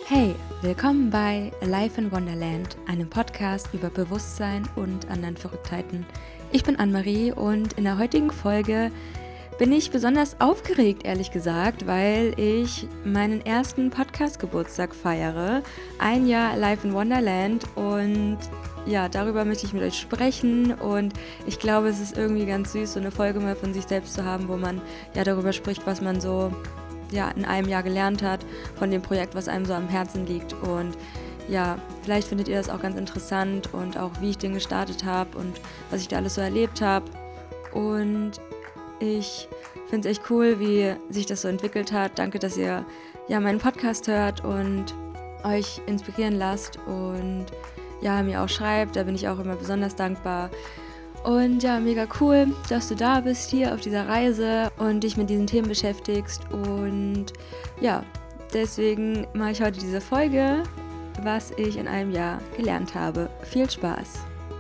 Hey, willkommen bei Life in Wonderland, einem Podcast über Bewusstsein und anderen Verrücktheiten. Ich bin Anne-Marie und in der heutigen Folge bin ich besonders aufgeregt, ehrlich gesagt, weil ich meinen ersten Podcast-Geburtstag feiere. Ein Jahr Life in Wonderland und ja, darüber möchte ich mit euch sprechen und ich glaube, es ist irgendwie ganz süß, so eine Folge mal von sich selbst zu haben, wo man ja darüber spricht, was man so in einem Jahr gelernt hat, von dem Projekt, was einem so am Herzen liegt. Und ja, vielleicht findet ihr das auch ganz interessant und auch wie ich den gestartet habe und was ich da alles so erlebt habe. Und ich finde es echt cool, wie sich das so entwickelt hat. Danke, dass ihr ja meinen Podcast hört und euch inspirieren lasst und ja, mir auch schreibt. Da bin ich auch immer besonders dankbar. Und ja, mega cool, dass du da bist hier auf dieser Reise und dich mit diesen Themen beschäftigst. Und ja, deswegen mache ich heute diese Folge, was ich in einem Jahr gelernt habe. Viel Spaß!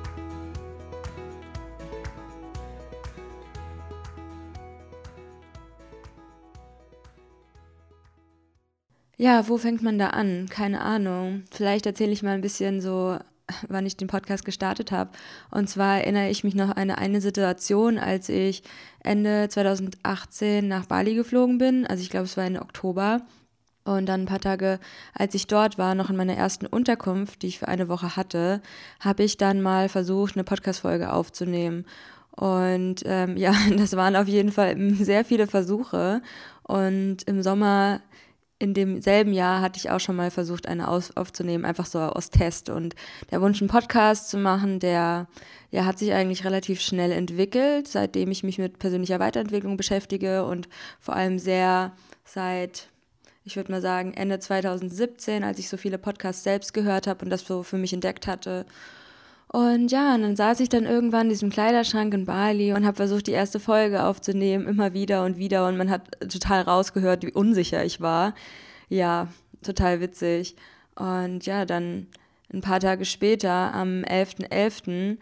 Ja, wo fängt man da an? Keine Ahnung. Vielleicht erzähle ich mal ein bisschen so, wann ich den Podcast gestartet habe. Und zwar erinnere ich mich noch an eine Situation, als ich Ende 2018 nach Bali geflogen bin. Also ich glaube, es war Ende Oktober. Und dann ein paar Tage, als ich dort war, noch in meiner ersten Unterkunft, die ich für eine Woche hatte, habe ich dann mal versucht, eine Podcast-Folge aufzunehmen. Und ja, das waren auf jeden Fall sehr viele Versuche. Und im Sommer in demselben Jahr hatte ich auch schon mal versucht, eine aufzunehmen, einfach so aus Test. Und der Wunsch, einen Podcast zu machen, der hat sich eigentlich relativ schnell entwickelt, seitdem ich mich mit persönlicher Weiterentwicklung beschäftige und vor allem sehr seit, ich würde mal sagen, Ende 2017, als ich so viele Podcasts selbst gehört habe und das so für mich entdeckt hatte. Und ja, und dann saß ich dann irgendwann in diesem Kleiderschrank in Bali und habe versucht, die erste Folge aufzunehmen, immer wieder und man hat total rausgehört, wie unsicher ich war. Ja, total witzig. Und ja, dann ein paar Tage später, am 11.11.,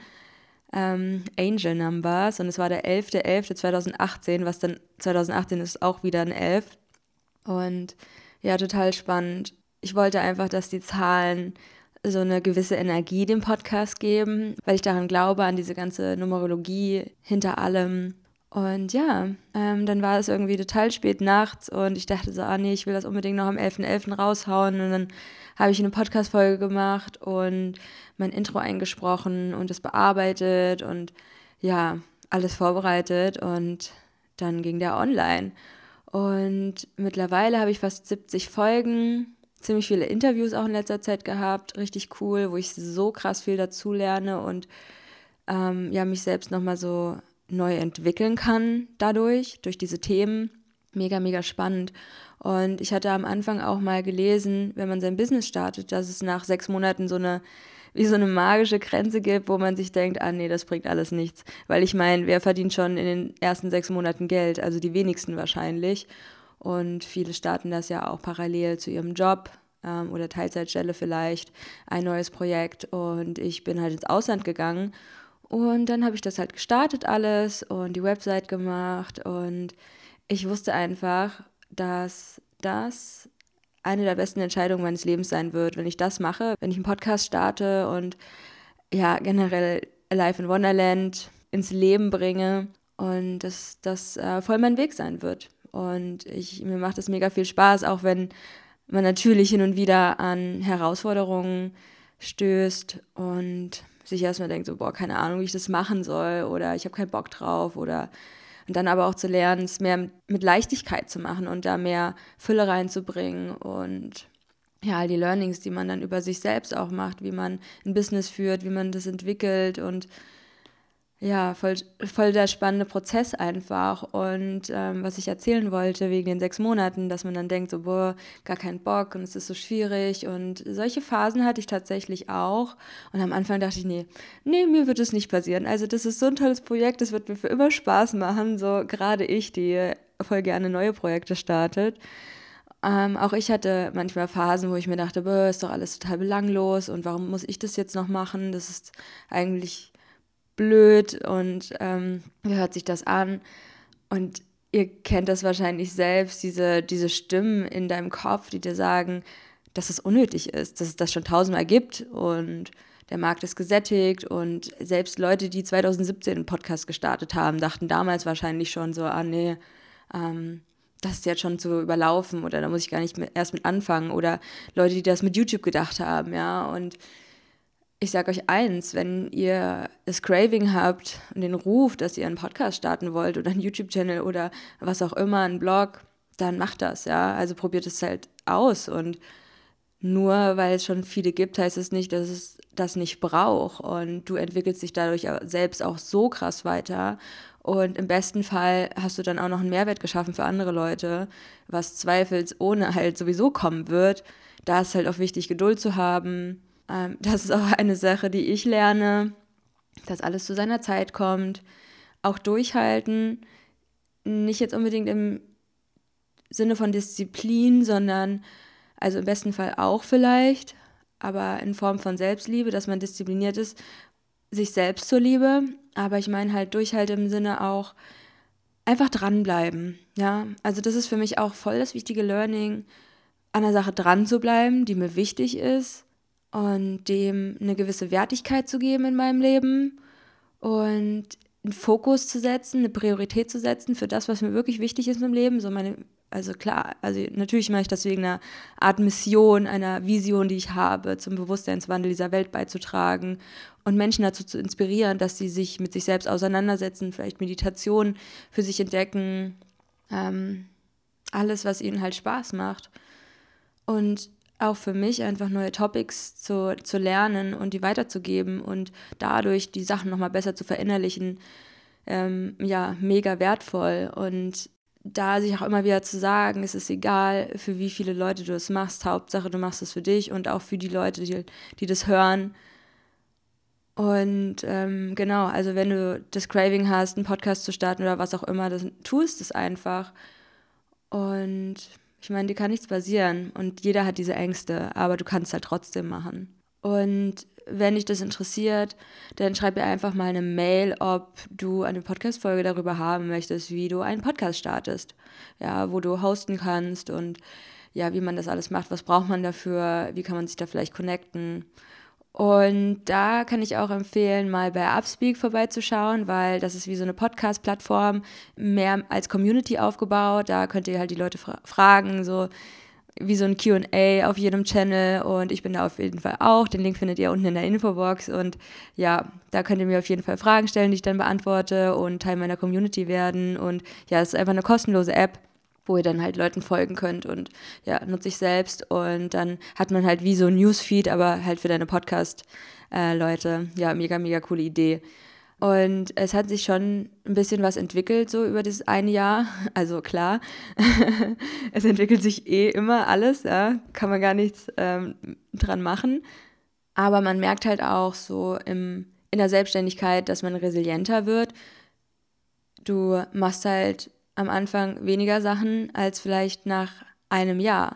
Angel Numbers, und es war der 11.11.2018, was dann 2018 ist auch wieder ein 11. Und ja, total spannend. Ich wollte einfach, dass die Zahlen so eine gewisse Energie dem Podcast geben, weil ich daran glaube, an diese ganze Numerologie hinter allem. Und ja, dann war es irgendwie total spät nachts und ich dachte so, nee, ich will das unbedingt noch am 11.11. raushauen. Und dann habe ich eine Podcast-Folge gemacht und mein Intro eingesprochen und es bearbeitet und ja, alles vorbereitet und dann ging der online. Und mittlerweile habe ich fast 70 Folgen, ziemlich viele Interviews auch in letzter Zeit gehabt, richtig cool, wo ich so krass viel dazu lerne und ja, mich selbst nochmal so neu entwickeln kann dadurch, durch diese Themen. Mega, mega spannend. Und ich hatte am Anfang auch mal gelesen, wenn man sein Business startet, dass es nach 6 Monaten so eine magische Grenze gibt, wo man sich denkt, nee, das bringt alles nichts. Weil ich meine, wer verdient schon in den ersten 6 Monaten Geld? Also die wenigsten wahrscheinlich. Und viele starten das ja auch parallel zu ihrem Job oder Teilzeitstelle vielleicht, ein neues Projekt. Und ich bin halt ins Ausland gegangen und dann habe ich das halt gestartet alles und die Website gemacht und ich wusste einfach, dass das eine der besten Entscheidungen meines Lebens sein wird, wenn ich das mache, wenn ich einen Podcast starte und ja, generell Life in Wonderland ins Leben bringe und dass das voll mein Weg sein wird. Und mir macht es mega viel Spaß, auch wenn man natürlich hin und wieder an Herausforderungen stößt und sich erstmal denkt, so, keine Ahnung, wie ich das machen soll oder ich habe keinen Bock drauf und dann aber auch zu lernen, es mehr mit Leichtigkeit zu machen und da mehr Fülle reinzubringen und ja, all die Learnings, die man dann über sich selbst auch macht, wie man ein Business führt, wie man das entwickelt und ja, voll der spannende Prozess einfach. Und was ich erzählen wollte wegen den 6 Monaten, dass man dann denkt, so, gar keinen Bock und es ist so schwierig. Und solche Phasen hatte ich tatsächlich auch. Und am Anfang dachte ich, nee, mir wird es nicht passieren. Also das ist so ein tolles Projekt, das wird mir für immer Spaß machen. So gerade ich, die voll gerne neue Projekte startet. Auch ich hatte manchmal Phasen, wo ich mir dachte, ist doch alles total belanglos und warum muss ich das jetzt noch machen? Das ist eigentlich blöd und wie hört sich das an? Und ihr kennt das wahrscheinlich selbst, diese Stimmen in deinem Kopf, die dir sagen, dass es unnötig ist, dass es das schon tausendmal gibt und der Markt ist gesättigt und selbst Leute, die 2017 einen Podcast gestartet haben, dachten damals wahrscheinlich schon so, nee, das ist jetzt schon zu überlaufen oder da muss ich gar nicht erst mit anfangen oder Leute, die das mit YouTube gedacht haben, ja, und ich sage euch eins, wenn ihr das Craving habt und den Ruf, dass ihr einen Podcast starten wollt oder einen YouTube-Channel oder was auch immer, einen Blog, dann macht das, ja, also probiert es halt aus und nur weil es schon viele gibt, heißt es nicht, dass es das nicht braucht. Und du entwickelst dich dadurch selbst auch so krass weiter. Und im besten Fall hast du dann auch noch einen Mehrwert geschaffen für andere Leute, was zweifelsohne halt sowieso kommen wird. Da ist halt auch wichtig, Geduld zu haben. Das ist auch eine Sache, die ich lerne, dass alles zu seiner Zeit kommt. Auch durchhalten, nicht jetzt unbedingt im Sinne von Disziplin, sondern also im besten Fall auch vielleicht, aber in Form von Selbstliebe, dass man diszipliniert ist, sich selbst zur Liebe. Aber ich meine halt Durchhalten im Sinne auch einfach dranbleiben. Ja, also das ist für mich auch voll das wichtige Learning, an der Sache dran zu bleiben, die mir wichtig ist und dem eine gewisse Wertigkeit zu geben in meinem Leben und einen Fokus zu setzen, eine Priorität zu setzen für das, was mir wirklich wichtig ist im Leben, so meine. Also klar, also natürlich mache ich das wegen einer Art Mission, einer Vision, die ich habe, zum Bewusstseinswandel dieser Welt beizutragen und Menschen dazu zu inspirieren, dass sie sich mit sich selbst auseinandersetzen, vielleicht Meditation für sich entdecken, alles, was ihnen halt Spaß macht. Und auch für mich einfach neue Topics zu lernen und die weiterzugeben und dadurch die Sachen nochmal besser zu verinnerlichen, mega wertvoll. Und da sich auch immer wieder zu sagen, es ist egal, für wie viele Leute du es machst, Hauptsache du machst es für dich und auch für die Leute, die das hören. Und genau, also wenn du das Craving hast, einen Podcast zu starten oder was auch immer, dann tust es einfach. Und ich meine, dir kann nichts passieren und jeder hat diese Ängste, aber du kannst es halt trotzdem machen. Und wenn dich das interessiert, dann schreib mir einfach mal eine Mail, ob du eine Podcast-Folge darüber haben möchtest, wie du einen Podcast startest. Ja, wo du hosten kannst und ja, wie man das alles macht, was braucht man dafür, wie kann man sich da vielleicht connecten. Und da kann ich auch empfehlen, mal bei Upspeak vorbeizuschauen, weil das ist wie so eine Podcast-Plattform, mehr als Community aufgebaut. Da könnt ihr halt die Leute fragen, so wie so ein Q&A auf jedem Channel und ich bin da auf jeden Fall auch. Den Link findet ihr unten in der Infobox und ja, da könnt ihr mir auf jeden Fall Fragen stellen, die ich dann beantworte und Teil meiner Community werden und ja, es ist einfach eine kostenlose App, wo ihr dann halt Leuten folgen könnt und ja, nutze ich selbst und dann hat man halt wie so ein Newsfeed, aber halt für deine Podcast-Leute. Ja, mega, mega coole Idee. Und es hat sich schon ein bisschen was entwickelt, so über das eine Jahr. Also klar, es entwickelt sich immer alles, ja, kann man gar nichts dran machen. Aber man merkt halt auch so in der Selbstständigkeit, dass man resilienter wird. Du machst halt am Anfang weniger Sachen als vielleicht nach einem Jahr.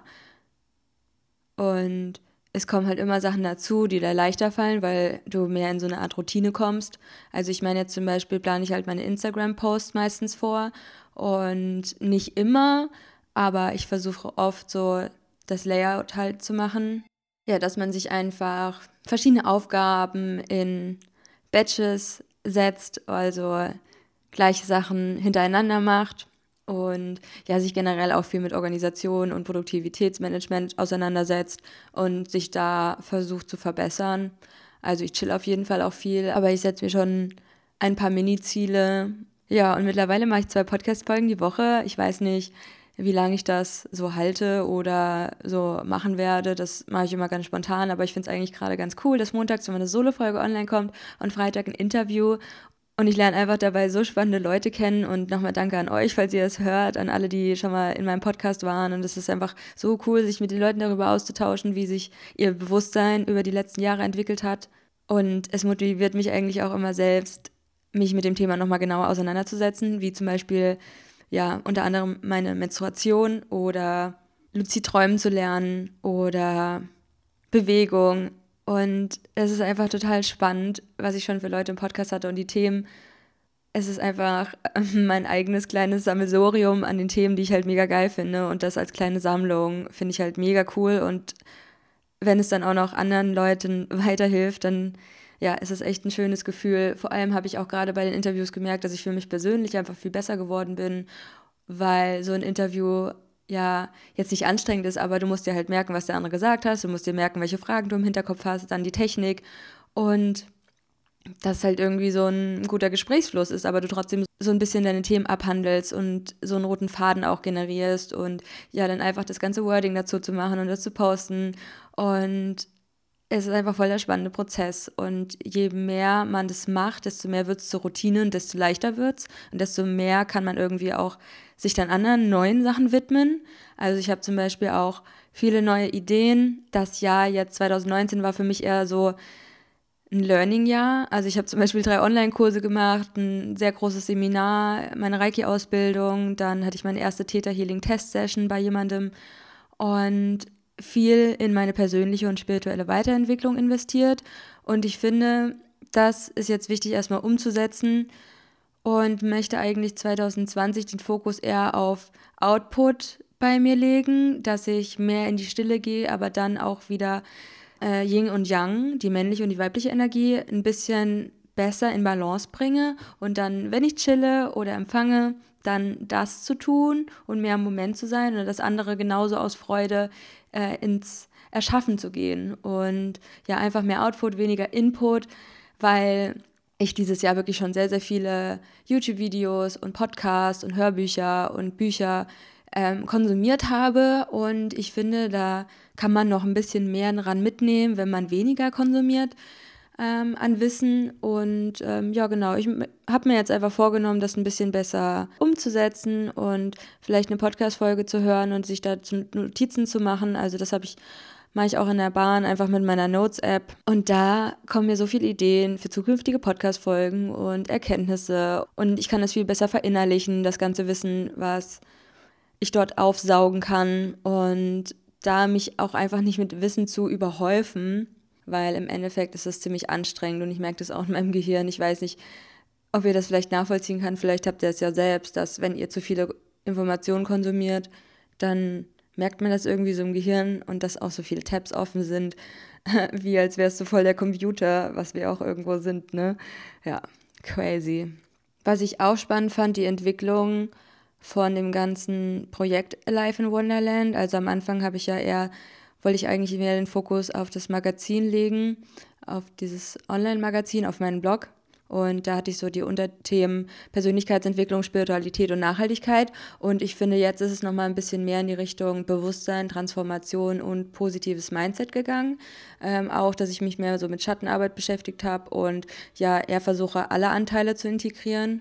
Und es kommen halt immer Sachen dazu, die dir leichter fallen, weil du mehr in so eine Art Routine kommst. Also ich meine jetzt zum Beispiel plane ich halt meine Instagram-Posts meistens vor und nicht immer, aber ich versuche oft so das Layout halt zu machen. Ja, dass man sich einfach verschiedene Aufgaben in Batches setzt, also gleiche Sachen hintereinander macht und ja, sich generell auch viel mit Organisation und Produktivitätsmanagement auseinandersetzt und sich da versucht zu verbessern. Also ich chill auf jeden Fall auch viel, aber ich setze mir schon ein paar Mini-Ziele. Ja, und mittlerweile mache ich 2 Podcast-Folgen die Woche. Ich weiß nicht, wie lange ich das so halte oder so machen werde. Das mache ich immer ganz spontan, aber ich finde es eigentlich gerade ganz cool, dass montags immer eine Solo-Folge online kommt und Freitag ein Interview. Und ich lerne einfach dabei so spannende Leute kennen und nochmal danke an euch, falls ihr es hört, an alle, die schon mal in meinem Podcast waren. Und es ist einfach so cool, sich mit den Leuten darüber auszutauschen, wie sich ihr Bewusstsein über die letzten Jahre entwickelt hat. Und es motiviert mich eigentlich auch immer selbst, mich mit dem Thema nochmal genauer auseinanderzusetzen, wie zum Beispiel, ja, unter anderem meine Menstruation oder luzid träumen zu lernen oder Bewegung. Und es ist einfach total spannend, was ich schon für Leute im Podcast hatte und die Themen. Es ist einfach mein eigenes kleines Sammelsurium an den Themen, die ich halt mega geil finde. Und das als kleine Sammlung finde ich halt mega cool und wenn es dann auch noch anderen Leuten weiterhilft, dann ja, ist es echt ein schönes Gefühl. Vor allem habe ich auch gerade bei den Interviews gemerkt, dass ich für mich persönlich einfach viel besser geworden bin, weil so ein Interview ja jetzt nicht anstrengend ist, aber du musst dir halt merken, was der andere gesagt hat, du musst dir merken, welche Fragen du im Hinterkopf hast, dann die Technik und dass halt irgendwie so ein guter Gesprächsfluss ist, aber du trotzdem so ein bisschen deine Themen abhandelst und so einen roten Faden auch generierst und ja, dann einfach das ganze Wording dazu zu machen und das zu posten und es ist einfach voll der spannende Prozess und je mehr man das macht, desto mehr wird es zur Routine und desto leichter wird es und desto mehr kann man irgendwie auch sich dann anderen neuen Sachen widmen. Also ich habe zum Beispiel auch viele neue Ideen. Das Jahr jetzt 2019 war für mich eher so ein Learning-Jahr. Also ich habe zum Beispiel 3 Online-Kurse gemacht, ein sehr großes Seminar, meine Reiki-Ausbildung, dann hatte ich meine erste Theta-Healing-Test-Session bei jemandem und viel in meine persönliche und spirituelle Weiterentwicklung investiert. Und ich finde, das ist jetzt wichtig erstmal umzusetzen und möchte eigentlich 2020 den Fokus eher auf Output bei mir legen, dass ich mehr in die Stille gehe, aber dann auch wieder Yin und Yang, die männliche und die weibliche Energie, ein bisschen besser in Balance bringe und dann, wenn ich chille oder empfange, dann das zu tun und mehr im Moment zu sein oder das andere genauso aus Freude ins Erschaffen zu gehen und ja, einfach mehr Output, weniger Input, weil ich dieses Jahr wirklich schon sehr, sehr viele YouTube-Videos und Podcasts und Hörbücher und Bücher konsumiert habe und ich finde, da kann man noch ein bisschen mehr dran mitnehmen, wenn man weniger konsumiert an Wissen und ja genau, ich habe mir jetzt einfach vorgenommen, das ein bisschen besser umzusetzen und vielleicht eine Podcast-Folge zu hören und sich dazu Notizen zu machen, also das mache ich auch in der Bahn, einfach mit meiner Notes-App. Und da kommen mir so viele Ideen für zukünftige Podcast-Folgen und Erkenntnisse. Und ich kann das viel besser verinnerlichen, das ganze Wissen, was ich dort aufsaugen kann. Und da mich auch einfach nicht mit Wissen zu überhäufen, weil im Endeffekt ist das ziemlich anstrengend und ich merke das auch in meinem Gehirn. Ich weiß nicht, ob ihr das vielleicht nachvollziehen kann. Vielleicht habt ihr es ja selbst, dass wenn ihr zu viele Informationen konsumiert, dann merkt man das irgendwie so im Gehirn und dass auch so viele Tabs offen sind, wie als wärst du voll der Computer, was wir auch irgendwo sind, ne? Ja, crazy. Was ich auch spannend fand, die Entwicklung von dem ganzen Projekt Alive in Wonderland. Also am Anfang wollte ich eigentlich mehr den Fokus auf das Magazin legen, auf dieses Online-Magazin, auf meinen Blog. Und da hatte ich so die Unterthemen Persönlichkeitsentwicklung, Spiritualität und Nachhaltigkeit. Und ich finde, jetzt ist es nochmal ein bisschen mehr in die Richtung Bewusstsein, Transformation und positives Mindset gegangen. Auch, dass ich mich mehr so mit Schattenarbeit beschäftigt habe und ja, eher versuche, alle Anteile zu integrieren.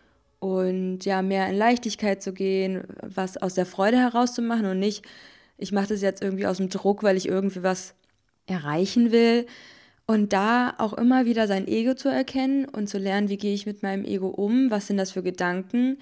Und ja, mehr in Leichtigkeit zu gehen, was aus der Freude herauszumachen und nicht, ich mache das jetzt irgendwie aus dem Druck, weil ich irgendwie was erreichen will. Und da auch immer wieder sein Ego zu erkennen und zu lernen, wie gehe ich mit meinem Ego um, was sind das für Gedanken,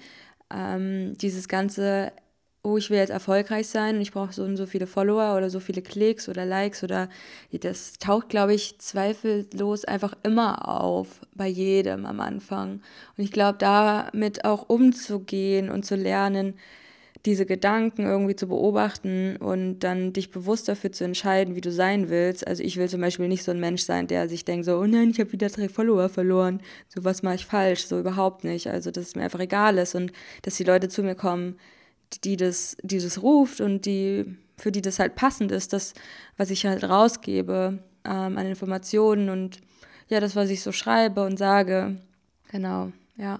dieses ganze, oh, ich will jetzt erfolgreich sein und ich brauche so und so viele Follower oder so viele Klicks oder Likes oder das taucht, glaube ich, zweifellos einfach immer auf, bei jedem am Anfang. Und ich glaube, damit auch umzugehen und zu lernen, diese Gedanken irgendwie zu beobachten und dann dich bewusst dafür zu entscheiden, wie du sein willst. Also ich will zum Beispiel nicht so ein Mensch sein, der sich denkt so, oh nein, ich habe wieder 3 Follower verloren. So, was mache ich falsch? So überhaupt nicht. Also dass es mir einfach egal ist und dass die Leute zu mir kommen, die das ruft und für die das halt passend ist, das, was ich halt rausgebe an Informationen und ja, das, was ich so schreibe und sage. Genau, ja.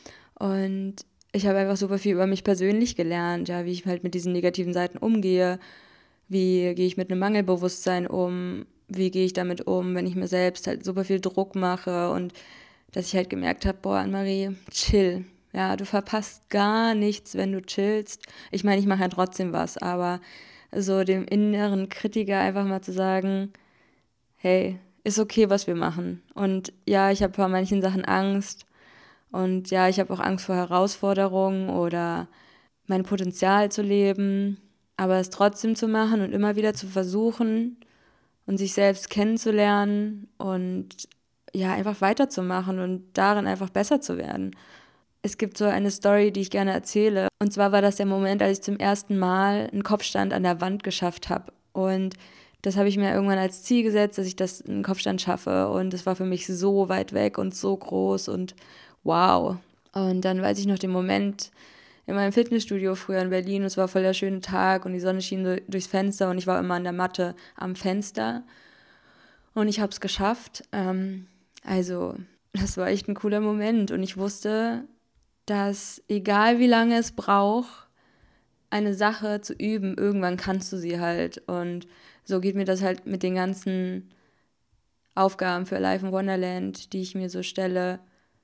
Und ich habe einfach super viel über mich persönlich gelernt, ja, wie ich halt mit diesen negativen Seiten umgehe, wie gehe ich mit einem Mangelbewusstsein um, wie gehe ich damit um, wenn ich mir selbst halt super viel Druck mache und dass ich halt gemerkt habe, boah, Annemarie, chill, ja, du verpasst gar nichts, wenn du chillst. Ich meine, ich mache ja trotzdem was, aber so dem inneren Kritiker einfach mal zu sagen, hey, ist okay, was wir machen. Und ja, ich habe vor manchen Sachen Angst, und ja, ich habe auch Angst vor Herausforderungen oder mein Potenzial zu leben, aber es trotzdem zu machen und immer wieder zu versuchen und sich selbst kennenzulernen und ja, einfach weiterzumachen und darin einfach besser zu werden. Es gibt so eine Story, die ich gerne erzähle. Und zwar war das der Moment, als ich zum ersten Mal einen Kopfstand an der Wand geschafft habe. Und das habe ich mir irgendwann als Ziel gesetzt, dass ich das in Kopfstand schaffe und es war für mich so weit weg und so groß und wow. Und dann weiß ich noch den Moment in meinem Fitnessstudio früher in Berlin, es war voll der schöne Tag und die Sonne schien durchs Fenster und ich war immer an der Matte am Fenster und ich habe es geschafft. Also das war echt ein cooler Moment und ich wusste, dass egal wie lange es braucht, eine Sache zu üben, irgendwann kannst du sie halt. Und so geht mir das halt mit den ganzen Aufgaben für Life in Wonderland, die ich mir so stelle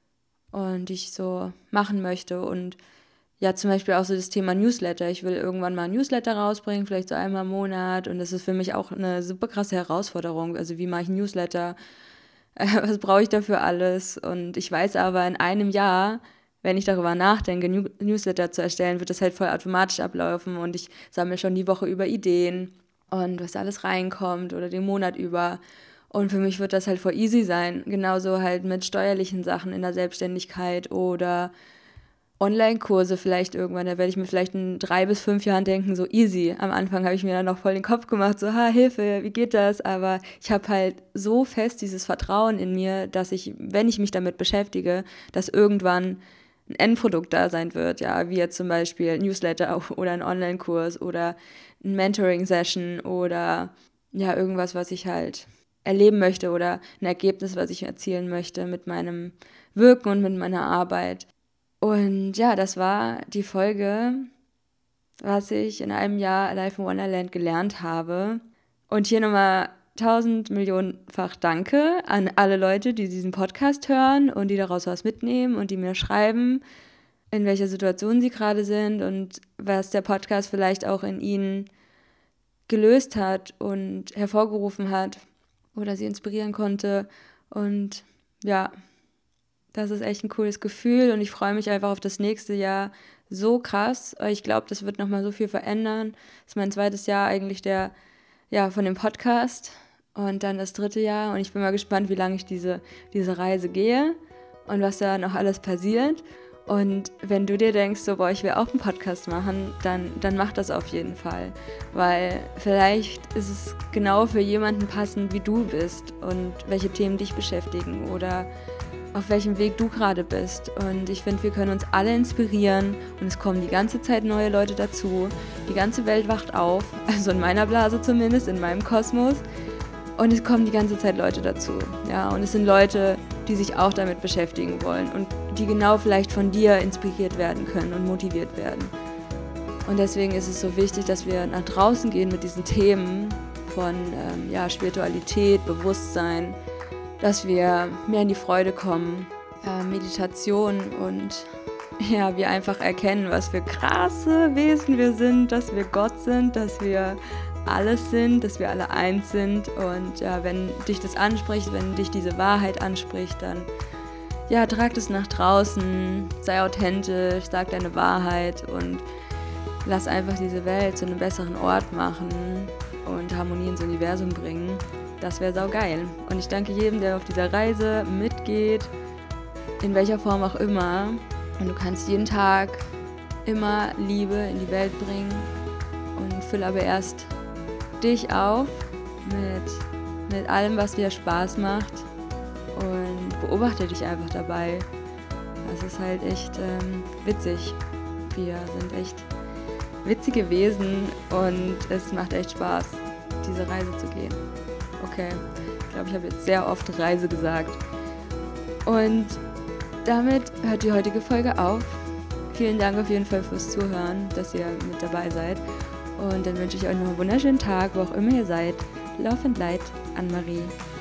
und die ich so machen möchte. Und ja, zum Beispiel auch so das Thema Newsletter. Ich will irgendwann mal ein Newsletter rausbringen, vielleicht so einmal im Monat. Und das ist für mich auch eine super krasse Herausforderung. Also wie mache ich ein Newsletter? Was brauche ich dafür alles? Und ich weiß aber, in einem Jahr, wenn ich darüber nachdenke, Newsletter zu erstellen, wird das halt voll automatisch ablaufen und ich sammle schon die Woche über Ideen und was alles reinkommt oder den Monat über. Und für mich wird das halt voll easy sein. Genauso halt mit steuerlichen Sachen in der Selbstständigkeit oder Online-Kurse vielleicht irgendwann, da werde ich mir vielleicht in 3 bis 5 Jahren denken, so easy. Am Anfang habe ich mir dann noch voll den Kopf gemacht, so, Hilfe, wie geht das? Aber ich habe halt so fest dieses Vertrauen in mir, dass ich, wenn ich mich damit beschäftige, dass irgendwann ein Endprodukt da sein wird, ja, wie jetzt zum Beispiel ein Newsletter oder ein Online-Kurs oder ein Mentoring-Session oder ja, irgendwas, was ich halt erleben möchte oder ein Ergebnis, was ich erzielen möchte mit meinem Wirken und mit meiner Arbeit. Und ja, das war die Folge, was ich in einem Jahr Life in Wonderland gelernt habe. Und hier nochmal 1000 Millionenfach Danke an alle Leute, die diesen Podcast hören und die daraus was mitnehmen und die mir schreiben, in welcher Situation sie gerade sind und was der Podcast vielleicht auch in ihnen gelöst hat und hervorgerufen hat oder sie inspirieren konnte. Und ja, das ist echt ein cooles Gefühl und ich freue mich einfach auf das nächste Jahr so krass. Ich glaube, das wird nochmal so viel verändern. Das ist mein 2. Jahr eigentlich von dem Podcast und dann das 3. Jahr und ich bin mal gespannt, wie lange ich diese Reise gehe und was da noch alles passiert. Und wenn du dir denkst, so, boah, ich will auch einen Podcast machen, dann mach das auf jeden Fall, weil vielleicht ist es genau für jemanden passend, wie du bist und welche Themen dich beschäftigen oder auf welchem Weg du gerade bist. Und ich finde, wir können uns alle inspirieren und es kommen die ganze Zeit neue Leute dazu. Die ganze Welt wacht auf, also in meiner Blase zumindest, in meinem Kosmos. Und es kommen die ganze Zeit Leute dazu. Ja, und es sind Leute, die sich auch damit beschäftigen wollen und die genau vielleicht von dir inspiriert werden können und motiviert werden. Und deswegen ist es so wichtig, dass wir nach draußen gehen mit diesen Themen von Spiritualität, Bewusstsein, dass wir mehr in die Freude kommen, Meditation und ja, wir einfach erkennen, was für krasse Wesen wir sind, dass wir Gott sind, dass wir alles sind, dass wir alle eins sind und ja, wenn dich das anspricht, wenn dich diese Wahrheit anspricht, dann ja, trag das nach draußen, sei authentisch, sag deine Wahrheit und lass einfach diese Welt zu einem besseren Ort machen und Harmonie ins Universum bringen. Das wäre saugeil. Und ich danke jedem, der auf dieser Reise mitgeht, in welcher Form auch immer. Und du kannst jeden Tag immer Liebe in die Welt bringen und füll aber erst dich auf mit allem, was dir Spaß macht und beobachte dich einfach dabei. Das ist halt echt witzig. Wir sind echt witzige Wesen und es macht echt Spaß, diese Reise zu gehen. Okay, ich glaube, ich habe jetzt sehr oft Reise gesagt. Und damit hört die heutige Folge auf. Vielen Dank auf jeden Fall fürs Zuhören, dass ihr mit dabei seid. Und dann wünsche ich euch noch einen wunderschönen Tag, wo auch immer ihr seid. Love and Light, Anne-Marie.